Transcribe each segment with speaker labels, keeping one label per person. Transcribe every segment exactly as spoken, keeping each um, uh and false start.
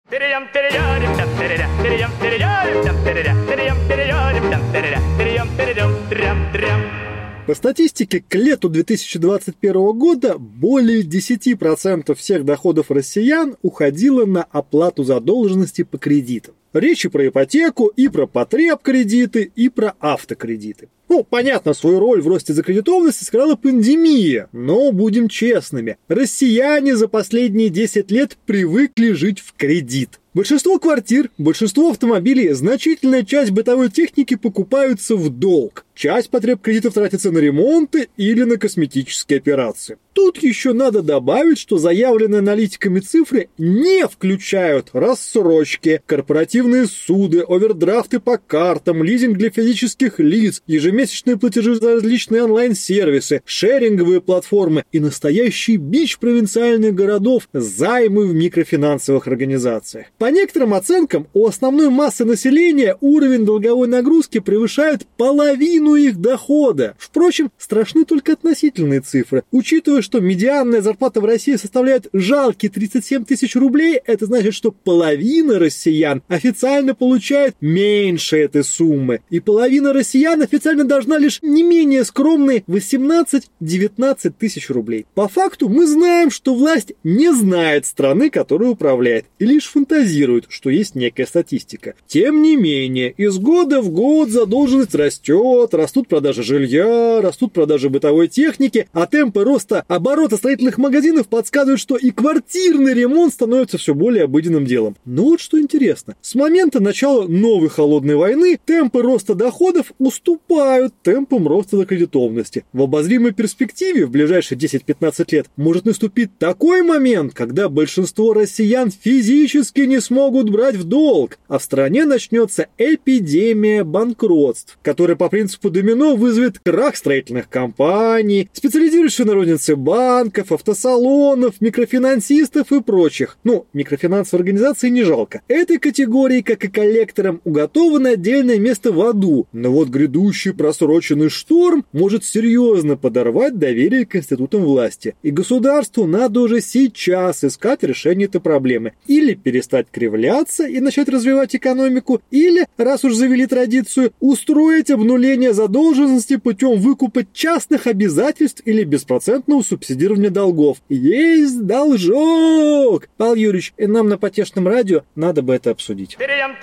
Speaker 1: По статистике, к лету две тысячи двадцать первого года более десять процентов всех доходов россиян уходило на оплату задолженности по кредитам. Речь и про ипотеку, и про потребкредиты, и про автокредиты. Ну, понятно, свою роль в росте закредитованности сыграла пандемия, но будем честными, россияне за последние десять лет привыкли жить в кредит. Большинство квартир, большинство автомобилей, значительная часть бытовой техники покупаются в долг. Часть потребкредитов тратится на ремонты или на косметические операции. Тут еще надо добавить, что заявленные аналитиками цифры не включают рассрочки, корпоративные суды, овердрафты по картам, лизинг для физических лиц, ежемесячные платежи за различные онлайн-сервисы, шеринговые платформы и настоящий бич провинциальных городов – займы в микрофинансовых организациях. По некоторым оценкам, у основной массы населения уровень долговой нагрузки превышает половину их дохода. Впрочем, страшны только относительные цифры. Учитывая, что медианная зарплата в России составляет жалкие тридцать семь тысяч рублей, это значит, что половина россиян официально получает меньше этой суммы. И половина россиян официально должна лишь не менее скромные восемнадцать-девятнадцать тысяч рублей. По факту мы знаем, что власть не знает страны, которая управляет, и лишь фантазирует, что есть некая статистика. Тем не менее, из года в год задолженность растет, растут продажи жилья, растут продажи бытовой техники, а темпы роста оборота строительных магазинов подсказывают, что и квартирный ремонт становится все более обыденным делом. Но вот что интересно. С момента начала новой холодной войны темпы роста доходов уступают темпам роста закредитованности. В обозримой перспективе в ближайшие десять-пятнадцать лет может наступить такой момент, когда большинство россиян физически не смогут брать в долг, а в стране начнется эпидемия банкротств, которая по принципу домино вызовет крах строительных компаний, специализирующихся на рознице банков, автосалонов, микрофинансистов и прочих. Ну, микрофинансовые организации не жалко. Этой категории, как и коллекторам, уготовано отдельное место в аду. Но вот грядущий просроченный шторм может серьезно подорвать доверие к институтам власти. И государству надо уже сейчас искать решение этой проблемы. Или перестать кривляться и начать развивать экономику, или, раз уж завели традицию, устроить обнуление задолженности путем выкупа частных обязательств или беспроцентного субсидирования долгов. Есть должок! Павел Юрьевич, и нам на потешном радио надо бы это обсудить.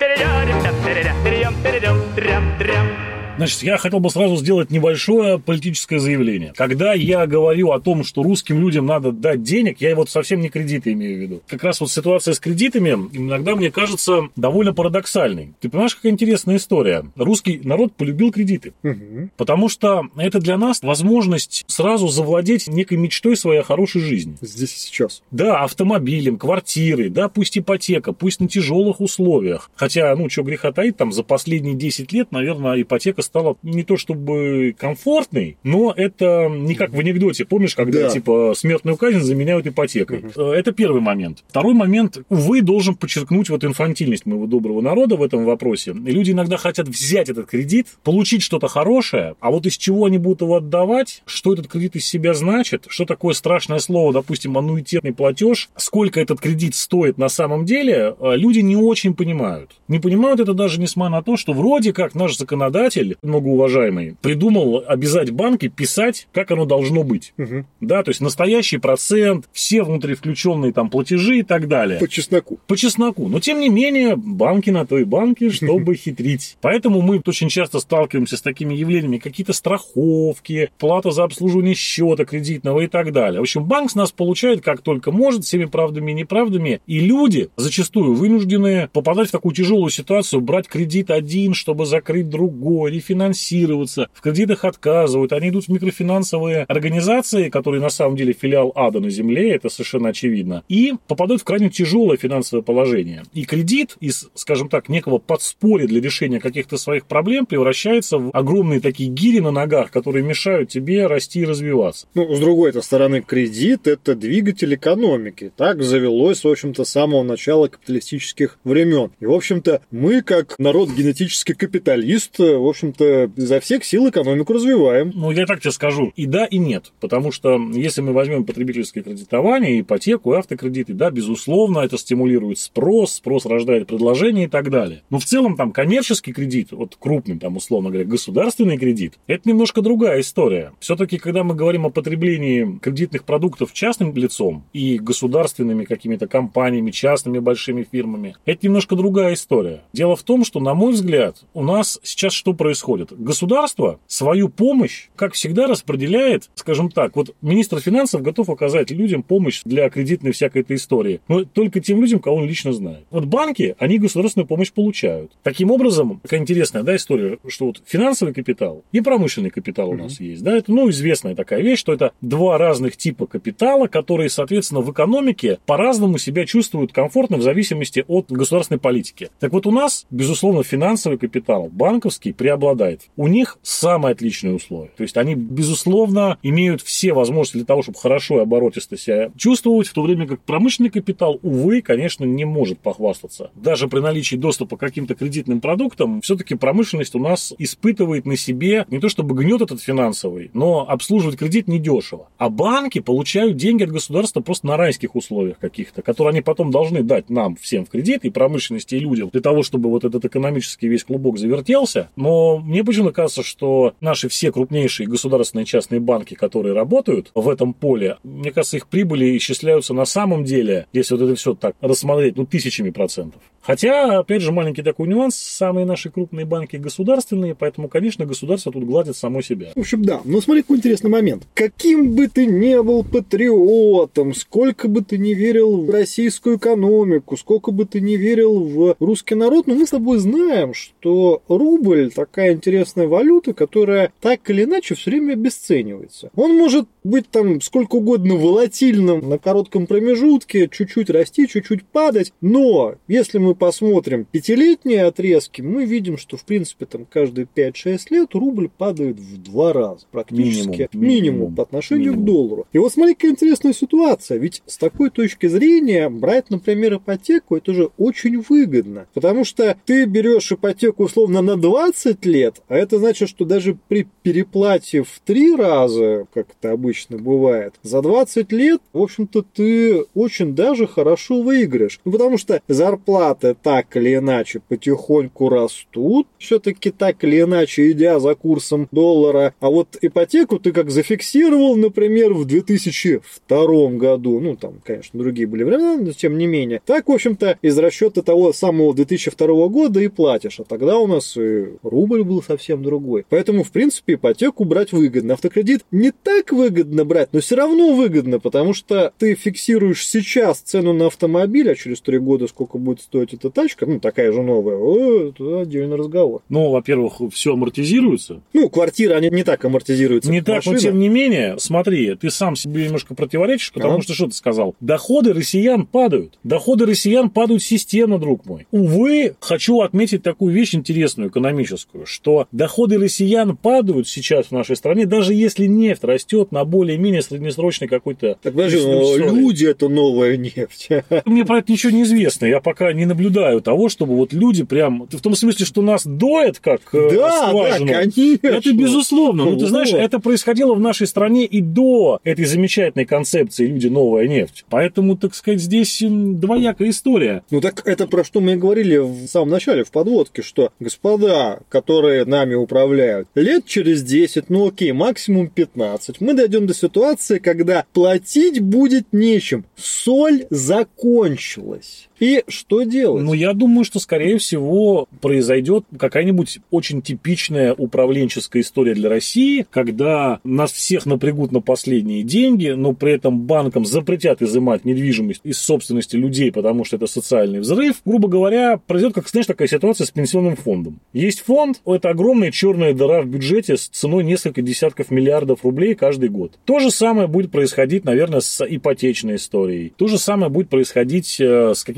Speaker 2: Значит, я хотел бы сразу сделать небольшое политическое заявление. Когда я говорю о том, что русским людям надо дать денег, я вот совсем не кредиты имею в виду. Как раз вот ситуация с кредитами иногда мне кажется довольно парадоксальной. Ты понимаешь, какая интересная история? Русский народ полюбил кредиты. Угу. Потому что это для нас возможность сразу завладеть некой мечтой своей о хорошей жизни.
Speaker 1: Здесь и сейчас.
Speaker 2: Да, автомобилем, квартирой, да, пусть ипотека, пусть на тяжелых условиях. Хотя, ну, что греха таить, там за последние десять лет, наверное, ипотека стала не то чтобы комфортной, но это не как в анекдоте, помнишь, когда да. типа смертную казнь заменяют ипотекой. Угу. Это первый момент. Второй момент, увы, должен подчеркнуть вот инфантильность моего доброго народа в этом вопросе. И люди иногда хотят взять этот кредит, получить что-то хорошее, а вот из чего они будут его отдавать, что этот кредит из себя значит, что такое страшное слово, допустим, аннуитетный платеж, сколько этот кредит стоит на самом деле, люди не очень понимают. Не понимают это даже несмотря на то, что вроде как наш законодатель многоуважаемый, придумал обязать банки писать, как оно должно быть. Угу. Да, то есть настоящий процент, все внутрифключенные там платежи и так далее.
Speaker 1: По чесноку.
Speaker 2: По чесноку. Но, тем не менее, банки на то и банки, чтобы хитрить. Поэтому мы очень часто сталкиваемся с такими явлениями, какие-то страховки, плата за обслуживание счета кредитного и так далее. В общем, банк с нас получает как только может, всеми правдами и неправдами. И люди зачастую вынуждены попадать в такую тяжелую ситуацию, брать кредит один, чтобы закрыть другой, рефинансироваться, в кредитах отказывают, они идут в микрофинансовые организации, которые на самом деле филиал ада на земле, это совершенно очевидно, и попадают в крайне тяжелое финансовое положение. И кредит из, скажем так, некого подспорья для решения каких-то своих проблем превращается в огромные такие гири на ногах, которые мешают тебе расти и развиваться.
Speaker 1: Ну, с другой стороны, кредит – это двигатель экономики. Так завелось, в общем-то, с самого начала капиталистических времен. И, в общем-то, мы, как народ генетически капиталист, в общем общем-то, изо всех сил экономику развиваем.
Speaker 2: Ну, я так тебе скажу, и да, и нет. Потому что, если мы возьмем потребительское кредитование, ипотеку и автокредиты, да, безусловно, это стимулирует спрос, спрос рождает предложение и так далее. Но в целом, там, коммерческий кредит, вот крупный, там, условно говоря, государственный кредит, это немножко другая история. Все-таки, когда мы говорим о потреблении кредитных продуктов частным лицом и государственными какими-то компаниями, частными большими фирмами, это немножко другая история. Дело в том, что, на мой взгляд, у нас сейчас что происходит? Государство свою помощь, как всегда, распределяет, скажем так, вот министр финансов готов оказать людям помощь для кредитной всякой этой истории, но только тем людям, кого он лично знает. Вот банки, они государственную помощь получают. Таким образом, такая интересная, да, история, что вот финансовый капитал и промышленный капитал у нас mm-hmm. есть, да, это, ну, известная такая вещь, что это два разных типа капитала, которые, соответственно, в экономике по-разному себя чувствуют комфортно в зависимости от государственной политики. Так вот, у нас, безусловно, финансовый капитал, банковский, преобладает. У них самые отличные условия. То есть, они, безусловно, имеют все возможности для того, чтобы хорошо и оборотисто себя чувствовать, в то время как промышленный капитал, увы, конечно, не может похвастаться. Даже при наличии доступа к каким-то кредитным продуктам, все-таки промышленность у нас испытывает на себе не то чтобы гнет этот финансовый, но обслуживать кредит недешево. А банки получают деньги от государства просто на райских условиях каких-то, которые они потом должны дать нам всем в кредит, и промышленности, и людям, для того, чтобы вот этот экономический весь клубок завертелся. Но мне почему-то кажется, что наши все крупнейшие государственные частные банки, которые работают в этом поле, мне кажется, их прибыли исчисляются на самом деле, если вот это все так рассмотреть, ну, тысячами процентов. Хотя, опять же, маленький такой нюанс, самые наши крупные банки государственные, поэтому, конечно, государство тут гладит само себя.
Speaker 1: В общем, да, но смотри, какой интересный момент. Каким бы ты ни был патриотом, сколько бы ты ни верил в российскую экономику, сколько бы ты ни верил в русский народ, но мы с тобой знаем, что рубль такая интересная валюта, которая так или иначе все время обесценивается. Он может быть там сколько угодно волатильным на коротком промежутке, чуть-чуть расти, чуть-чуть падать, но если мы посмотрим пятилетние отрезки, мы видим, что в принципе там каждые пять-шесть лет рубль падает в два раза практически. Минимум, минимум, минимум по отношению минимум. К доллару. И вот смотри, какая интересная ситуация. Ведь с такой точки зрения брать, например, ипотеку, это же очень выгодно. Потому что ты берешь ипотеку условно на двадцать лет, а это значит, что даже при переплате в три раза, как это обычно бывает, за двадцать лет, в общем-то, ты очень даже хорошо выиграешь. Ну, потому что зарплаты так или иначе потихоньку растут, все-таки так или иначе идя за курсом доллара. А вот ипотеку ты как зафиксировал, например, в две тысячи втором году, ну, там, конечно, другие были времена, но тем не менее, так, в общем-то, из расчета того самого две тысячи второго года и платишь. А тогда у нас и рубль был совсем другой. Поэтому, в принципе, ипотеку брать выгодно. Автокредит не так выгодно брать, но все равно выгодно, потому что ты фиксируешь сейчас цену на автомобиль, а через три года сколько будет стоить эта тачка, ну, такая же новая, о, это отдельный разговор.
Speaker 2: Ну, во-первых, все амортизируется.
Speaker 1: Ну, квартиры, они не так амортизируются.
Speaker 2: Не так, но тем не менее, смотри, ты сам себе немножко противоречишь, потому а? что, что ты сказал? Доходы россиян падают. Доходы россиян падают системно, друг мой. Увы, хочу отметить такую вещь интересную, экономическую, что доходы россиян падают сейчас в нашей стране, даже если нефть растет на более-менее среднесрочный какой-то...
Speaker 1: Так, подожди, люди — это новая нефть.
Speaker 2: Мне про это ничего не известно. Я пока не наблюдаю того, чтобы вот люди прям... В том смысле, что нас доят как
Speaker 1: да,
Speaker 2: скважину.
Speaker 1: Да, конечно.
Speaker 2: Это безусловно. Ну, ты знаешь, это происходило в нашей стране и до этой замечательной концепции «люди новая нефть». Поэтому, так сказать, здесь двоякая история.
Speaker 1: Ну так это про что мы и говорили в самом начале, в подводке, что господа, которые нами управляют, лет через десять, ну окей, максимум пятнадцать, мы дойдем до ситуации, когда платить будет нечем. Соль закончилась. И что делать?
Speaker 2: Ну, я думаю, что, скорее всего, произойдет какая-нибудь очень типичная управленческая история для России, когда нас всех напрягут на последние деньги, но при этом банкам запретят изымать недвижимость из собственности людей, потому что это социальный взрыв. Грубо говоря, произойдет, как, знаешь, такая ситуация с пенсионным фондом. Есть фонд, это огромная черная дыра в бюджете с ценой несколько десятков миллиардов рублей каждый год. То же самое будет происходить, наверное, с ипотечной историей. То же самое будет происходить с какими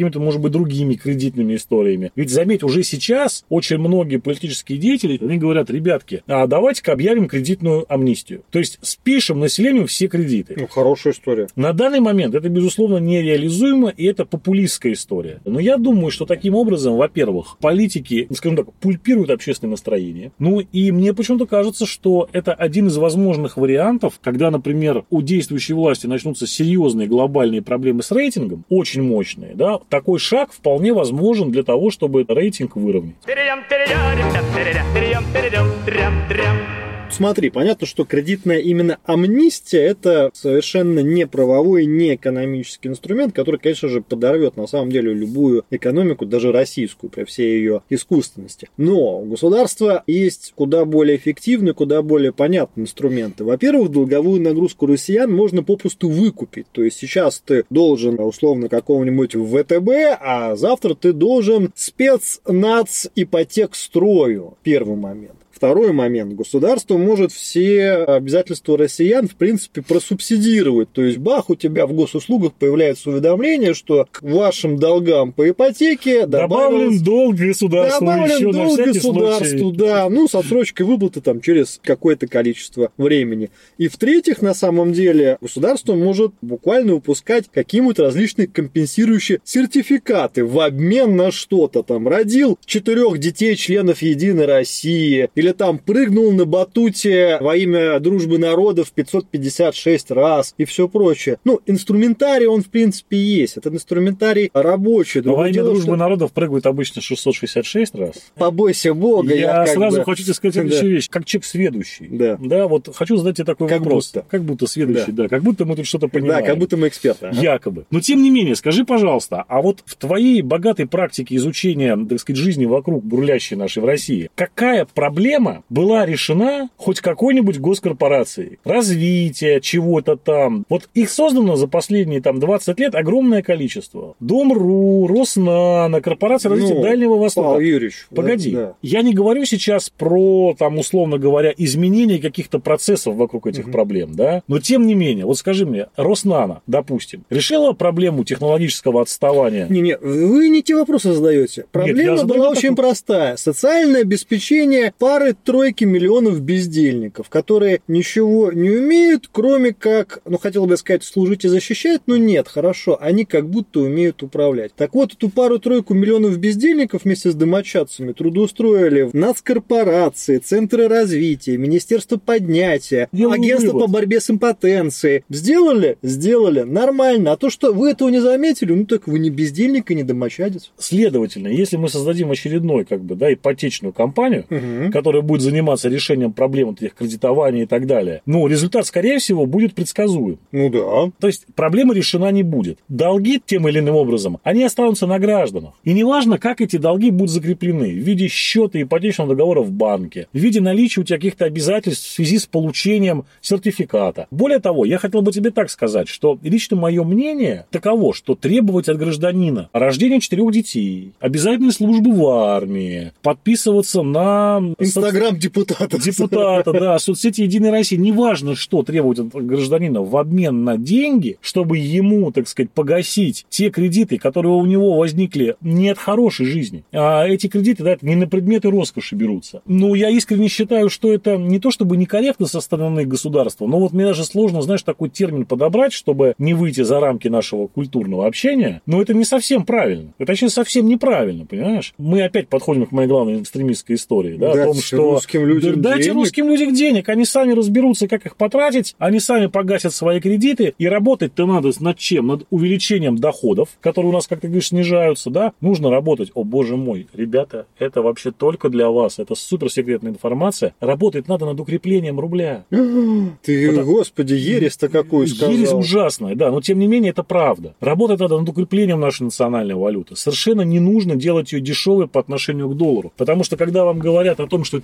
Speaker 2: какими-то, может быть, другими кредитными историями. Ведь, заметь, уже сейчас очень многие политические деятели, они говорят, ребятки, а давайте-ка объявим кредитную амнистию. То есть спишем населению все кредиты.
Speaker 1: Ну, хорошая история.
Speaker 2: На данный момент это, безусловно, нереализуемо, и это популистская история. Но я думаю, что таким образом, во-первых, политики, скажем так, пульпируют общественное настроение. Ну, и мне почему-то кажется, что это один из возможных вариантов, когда, например, у действующей власти начнутся серьезные глобальные проблемы с рейтингом, очень мощные, да, такой шаг вполне возможен для того, чтобы рейтинг выровнять.
Speaker 1: Смотри, понятно, что кредитная именно амнистия – это совершенно не правовой, не экономический инструмент, который, конечно же, подорвет на самом деле любую экономику, даже российскую, при всей ее искусственности. Но у государства есть куда более эффективные, куда более понятные инструменты. Во-первых, долговую нагрузку россиян можно попросту выкупить. То есть сейчас ты должен, условно, какому-нибудь вэ тэ бэ, а завтра ты должен спецнаципотекстрою. Первый момент. Второй момент. Государство может все обязательства россиян, в принципе, просубсидировать. То есть, бах, у тебя в госуслугах появляется уведомление, что к вашим долгам по ипотеке
Speaker 2: добавлен долг государству.
Speaker 1: Добавлен
Speaker 2: еще
Speaker 1: долг
Speaker 2: на
Speaker 1: государству,
Speaker 2: случай.
Speaker 1: да. Ну, с отсрочкой выплаты там через какое-то количество времени. И в-третьих, на самом деле, государство может буквально выпускать какие-нибудь различные компенсирующие сертификаты в обмен на что-то. Там, родил четырех детей, членов Единой России, или там прыгнул на батуте во имя дружбы народов пятьсот пятьдесят шесть раз и все прочее. Ну, инструментарий он, в принципе, есть. Этот инструментарий рабочий.
Speaker 2: Но во имя
Speaker 1: дело,
Speaker 2: дружбы
Speaker 1: что...
Speaker 2: народов прыгают обычно шестьсот шестьдесят шесть раз.
Speaker 1: Побойся Бога.
Speaker 2: Я, я сразу
Speaker 1: бы...
Speaker 2: хочу тебе сказать следующую да. вещь. Как человек сведущий.
Speaker 1: Да.
Speaker 2: Да, вот хочу задать тебе такой
Speaker 1: как
Speaker 2: вопрос.
Speaker 1: Будто.
Speaker 2: Как будто сведущий, да. да. Как будто мы тут что-то понимаем.
Speaker 1: Да, как будто мы эксперты. Ага.
Speaker 2: Якобы. Но тем не менее, скажи, пожалуйста, а вот в твоей богатой практике изучения, так сказать, жизни вокруг бурлящей нашей в России, какая проблема была решена хоть какой-нибудь госкорпорацией? Развитие чего-то там. Вот их создано за последние там двадцать лет огромное количество. Дом.ру, Роснано, Корпорация развития
Speaker 1: ну,
Speaker 2: Дальнего Востока.
Speaker 1: Павел Юрьевич.
Speaker 2: Погоди.
Speaker 1: Да, да.
Speaker 2: Я не говорю сейчас про, там, условно говоря, изменение каких-то процессов вокруг этих угу. проблем, да? Но тем не менее, вот скажи мне, Роснано, допустим, решила проблему технологического отставания?
Speaker 1: Не-не, вы не те вопросы задаете. Проблема Нет, была очень такой... простая. Социальное обеспечение пары-тройки миллионов бездельников, которые ничего не умеют, кроме как, ну, хотел бы сказать, служить и защищать, но нет, хорошо, они как будто умеют управлять. Так вот, эту пару-тройку миллионов бездельников вместе с домочадцами трудоустроили в нацкорпорации, центры развития, Министерство поднятия,
Speaker 2: Делаю
Speaker 1: агентство
Speaker 2: вывод.
Speaker 1: по борьбе с импотенцией. Сделали? Сделали. Нормально. А то, что вы этого не заметили, ну, так вы не бездельник и не домочадец.
Speaker 2: Следовательно, если мы создадим очередной, как бы, да, ипотечную компанию, угу. которая будет заниматься решением проблем этих кредитования и так далее, ну, результат, скорее всего, будет предсказуем.
Speaker 1: Ну да.
Speaker 2: То есть проблема решена не будет. Долги тем или иным образом, они останутся на гражданах. И неважно, как эти долги будут закреплены, в виде счета ипотечного договора в банке, в виде наличия у тебя каких-то обязательств в связи с получением сертификата. Более того, я хотел бы тебе так сказать, что лично мое мнение таково, что требовать от гражданина рождения четырех детей, обязательной службы в армии, подписываться на...
Speaker 1: Инстаграм депутата.
Speaker 2: Депутата, да, соцсети Единой России. Неважно, что требовать от гражданина в обмен на деньги, чтобы ему, так сказать, погасить те кредиты, которые у него возникли не от хорошей жизни, а эти кредиты, да, не на предметы роскоши берутся. Ну, я искренне считаю, что это не то чтобы некорректно со стороны государства, но вот мне даже сложно, знаешь, такой термин подобрать, чтобы не выйти за рамки нашего культурного общения, но это не совсем правильно. Это точнее совсем неправильно, понимаешь? Мы опять подходим к моей главной экстремистской истории, да,
Speaker 1: дать
Speaker 2: о том, что...
Speaker 1: русским людям
Speaker 2: да, дайте
Speaker 1: денег.
Speaker 2: русским людям денег, они сами разберутся, как их потратить, они сами погасят свои кредиты, и работать-то надо над чем? Над увеличением доходов, которые у нас, как ты говоришь, снижаются, да? Нужно работать. О, боже мой, ребята, это вообще только для вас, это суперсекретная информация. Работать надо над укреплением рубля.
Speaker 1: Ты,
Speaker 2: Потому...
Speaker 1: господи, ересь-то какую сказал.
Speaker 2: Ересь ужасная, да, но тем не менее это правда. Работать надо над укреплением нашей национальной валюты. Совершенно не нужно делать ее дешевой по отношению к доллару, потому что когда вам говорят о том, что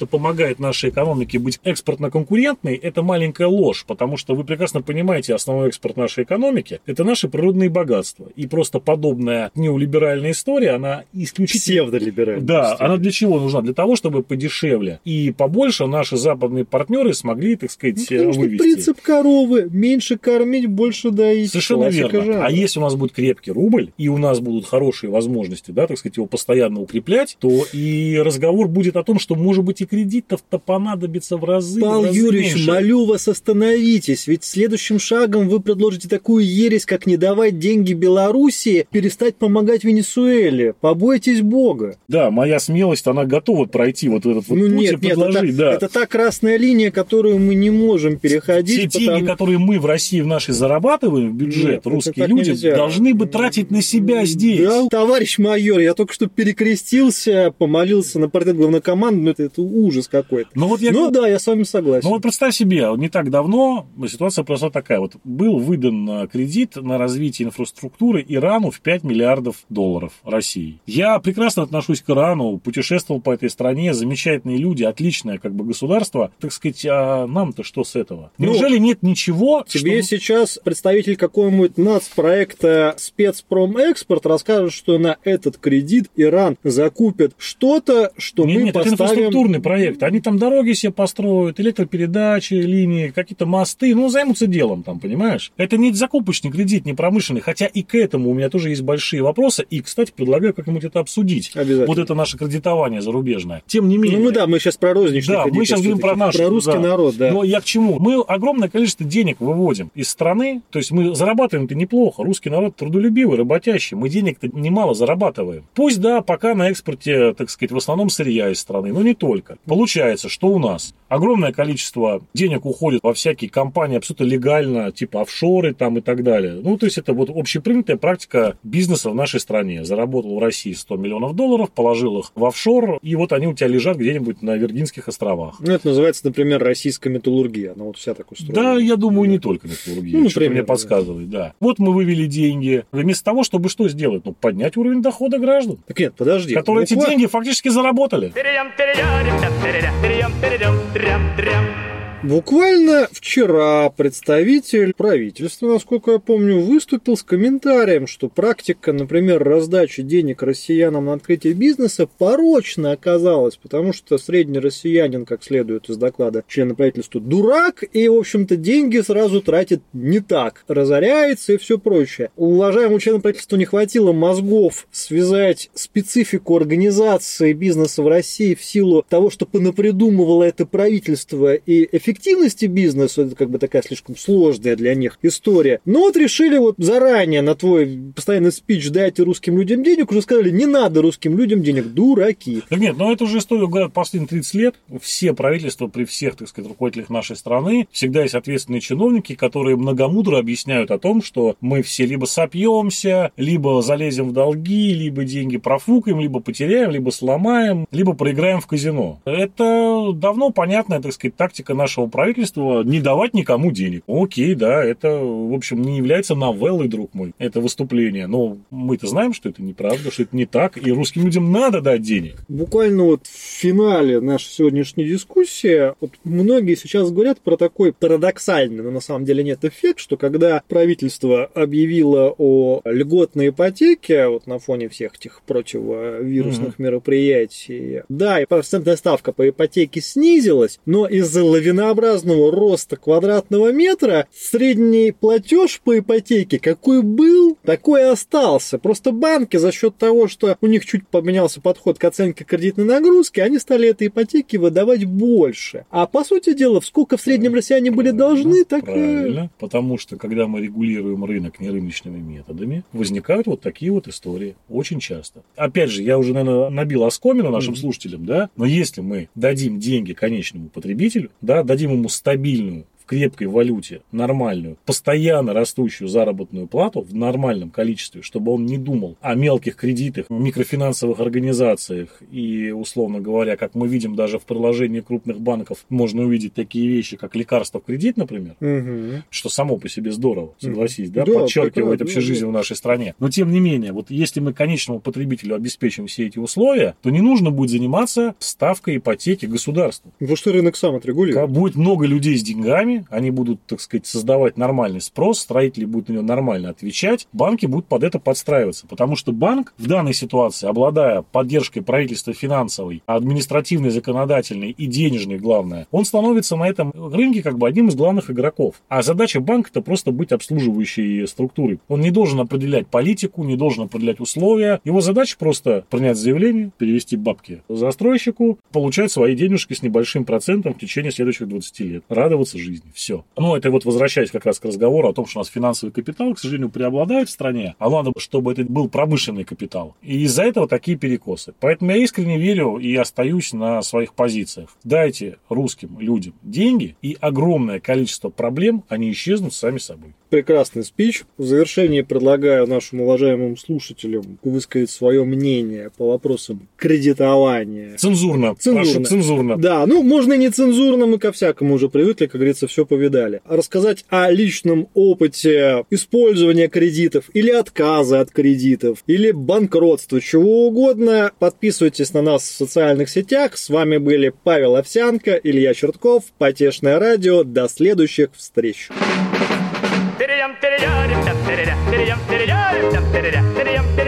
Speaker 2: чем-то помогает нашей экономике быть экспортно-конкурентной, это маленькая ложь, потому что вы прекрасно понимаете, основной экспорт нашей экономики – это наши природные богатства. И просто подобная неолиберальная история, она исключительно...
Speaker 1: Псевдолиберальная.
Speaker 2: Да,
Speaker 1: история.
Speaker 2: она для чего нужна? Для того, чтобы подешевле и побольше наши западные партнеры смогли, так сказать,
Speaker 1: Ну, потому что
Speaker 2: вывести.
Speaker 1: принцип коровы – меньше кормить, больше доить.
Speaker 2: Совершенно
Speaker 1: Классика
Speaker 2: верно.
Speaker 1: жанра.
Speaker 2: А если у нас будет крепкий рубль, и у нас будут хорошие возможности, да, так сказать, его постоянно укреплять, то и разговор будет о том, что, может быть, и кредитов-то понадобится в разы,
Speaker 1: Павел
Speaker 2: в разы
Speaker 1: Юрьевич,
Speaker 2: меньше.
Speaker 1: молю вас, остановитесь, ведь следующим шагом вы предложите такую ересь, как не давать деньги Белоруссии, перестать помогать Венесуэле. Побойтесь Бога.
Speaker 2: Да, моя смелость, она готова пройти вот этот вот
Speaker 1: Ну
Speaker 2: путь
Speaker 1: нет,
Speaker 2: и
Speaker 1: нет,
Speaker 2: предложить,
Speaker 1: это,
Speaker 2: да.
Speaker 1: это та красная линия, которую мы не можем переходить.
Speaker 2: Те деньги, которые мы в России в нашей зарабатываем в бюджет,
Speaker 1: Нет, это
Speaker 2: русские
Speaker 1: так
Speaker 2: люди
Speaker 1: нельзя.
Speaker 2: должны бы тратить на себя здесь.
Speaker 1: Да, товарищ майор, я только что перекрестился, помолился на портрет главнокомандующего, ну это, это ужас какой-то.
Speaker 2: Но вот я
Speaker 1: Ну да, я с вами согласен.
Speaker 2: Ну вот представь себе, не так давно ситуация просто такая. Вот был выдан кредит на развитие инфраструктуры Ирану в пять миллиардов долларов России. Я прекрасно отношусь к Ирану, путешествовал по этой стране, замечательные люди, отличное как бы государство. Так сказать, а нам-то что с этого? Неужели
Speaker 1: Ну,
Speaker 2: нет ничего,
Speaker 1: Тебе
Speaker 2: что...
Speaker 1: сейчас представитель какого-нибудь нацпроекта спецпромэкспорт расскажет, что на этот кредит Иран закупит что-то, что
Speaker 2: Нет,
Speaker 1: мы
Speaker 2: нет, это
Speaker 1: поставим...
Speaker 2: инфраструктурный проект. Они там дороги себе построят, электропередачи, линии, какие-то мосты. Ну, займутся делом там, понимаешь? Это не закупочный кредит, не промышленный. Хотя и к этому у меня тоже есть большие вопросы. И, кстати, предлагаю как-нибудь это обсудить.
Speaker 1: Обязательно.
Speaker 2: Вот это наше кредитование зарубежное. Тем не менее...
Speaker 1: Ну, мы, да, мы сейчас про розничный
Speaker 2: Да,
Speaker 1: кредит,
Speaker 2: мы сейчас говорим про наш,
Speaker 1: про русский
Speaker 2: да.
Speaker 1: народ, да.
Speaker 2: Но я к чему? Мы огромное количество денег выводим из страны, то есть мы зарабатываем-то неплохо. Русский народ трудолюбивый, работящий, мы денег-то немало зарабатываем. Пусть, да, пока на экспорте, так сказать, в основном сырья из страны, но не только. Получается, что у нас огромное количество денег уходит во всякие компании абсолютно легально, типа офшоры там и так далее. Ну, то есть это вот общепринятая практика бизнеса в нашей стране. Заработал в России сто миллионов долларов, положил их в офшор, и вот они у тебя лежат где-нибудь на Виргинских островах.
Speaker 1: Ну, это называется, например, российская металлургия. Она вот вся так устроена.
Speaker 2: Да, я думаю, не только металлургия.
Speaker 1: Ну,
Speaker 2: Что-то
Speaker 1: например,
Speaker 2: мне подсказывает, да. да. Вот мы вывели деньги. Вместо того, чтобы что сделать? Ну, поднять уровень дохода граждан,
Speaker 1: Так нет, подожди.
Speaker 2: которые эти
Speaker 1: Буква-
Speaker 2: деньги фактически заработали.
Speaker 1: Буквально вчера представитель правительства, насколько я помню, выступил с комментарием, что практика, например, раздачи денег россиянам на открытие бизнеса порочно оказалась, потому что средний россиянин, как следует из доклада члена правительства, дурак и, в общем-то, деньги сразу тратит не так, разоряется и все прочее. У уважаемого члена правительства не хватило мозгов связать специфику организации бизнеса в России в силу того, что понапридумывало это правительство, и эффективность эффективности бизнеса, это как бы такая слишком сложная для них история. Но вот решили вот заранее на твой постоянный спич «дайте русским людям денег», уже сказали, не надо русским людям денег, дураки.
Speaker 2: Так нет, но это уже история, говорят, последние тридцать лет. Все правительства при всех, так сказать, руководителях нашей страны всегда есть ответственные чиновники, которые многомудро объясняют о том, что мы все либо сопьемся, либо залезем в долги, либо деньги профукаем, либо потеряем, либо сломаем, либо проиграем в казино. Это давно понятная, так сказать, тактика нашего правительства не давать никому денег. Окей, да, это, в общем, не является новеллой, друг мой, это выступление. Но мы-то знаем, что это неправда, что это не так, и русским людям надо дать денег.
Speaker 1: Буквально вот в финале нашей сегодняшней дискуссии вот многие сейчас говорят про такой парадоксальный, но на самом деле нет, эффект, что когда правительство объявило о льготной ипотеке, вот на фоне всех этих противовирусных mm-hmm. мероприятий, да, и процентная ставка по ипотеке снизилась, но из-за лавинообразного роста квадратного метра средний платеж по ипотеке какой был, такой и остался. Просто банки за счет того, что у них чуть поменялся подход к оценке кредитной нагрузки, они стали этой ипотеки выдавать больше. А по сути дела, сколько в среднем россияне были должны, так
Speaker 2: правильно, и... потому что когда мы регулируем рынок нерыночными методами, возникают вот такие вот истории очень часто. Опять же, я уже, наверное, набил оскомину нашим mm-hmm. слушателям, да, но если мы дадим деньги конечному потребителю, да, дадим ему стабильную в крепкой валюте нормальную, постоянно растущую заработную плату в нормальном количестве, чтобы он не думал о мелких кредитах, микрофинансовых организациях и, условно говоря, как мы видим даже в приложении крупных банков, можно увидеть такие вещи, как лекарство в кредит, например, угу. что само по себе здорово, согласись, угу. да, да, подчеркивает вообще да, жизнь да. в нашей стране. Но тем не менее, вот если мы конечному потребителю обеспечим все эти условия, то не нужно будет заниматься ставкой ипотеки государству.
Speaker 1: Потому что рынок сам отрегулирует.
Speaker 2: Будет много людей с деньгами, они будут, так сказать, создавать нормальный спрос, строители будут на него нормально отвечать, банки будут под это подстраиваться. Потому что банк в данной ситуации, обладая поддержкой правительства финансовой, административной, законодательной и денежной, главное, он становится на этом рынке как бы одним из главных игроков. А задача банка – это просто быть обслуживающей структурой. Он не должен определять политику, не должен определять условия. Его задача просто принять заявление, перевести бабки застройщику, получать свои денежки с небольшим процентом в течение следующих двадцати лет. Радоваться жизни. Все. Ну, это вот возвращаясь как раз к разговору о том, что у нас финансовый капитал, к сожалению, преобладает в стране, а надо, чтобы это был промышленный капитал. И из-за этого такие перекосы. Поэтому я искренне верю и остаюсь на своих позициях. Дайте русским людям деньги, и огромное количество проблем, они исчезнут сами собой.
Speaker 1: Прекрасный спич. В завершении предлагаю нашим уважаемым слушателям высказать свое мнение по вопросам кредитования.
Speaker 2: Цензурно.
Speaker 1: Цензурно.
Speaker 2: Прошу, цензурно.
Speaker 1: Да, ну, можно и не цензурно, мы ко всякому уже привыкли, как говорится, все повидали. Рассказать о личном опыте использования кредитов или отказа от кредитов, или банкротства, чего угодно. Подписывайтесь на нас в социальных сетях. С вами были Павел Овсянко, Илья Чертков, Потешное радио. До следующих встреч. Перейдем, перейдем, перейдем, перейдем, перейдем, перейдем, перейдем.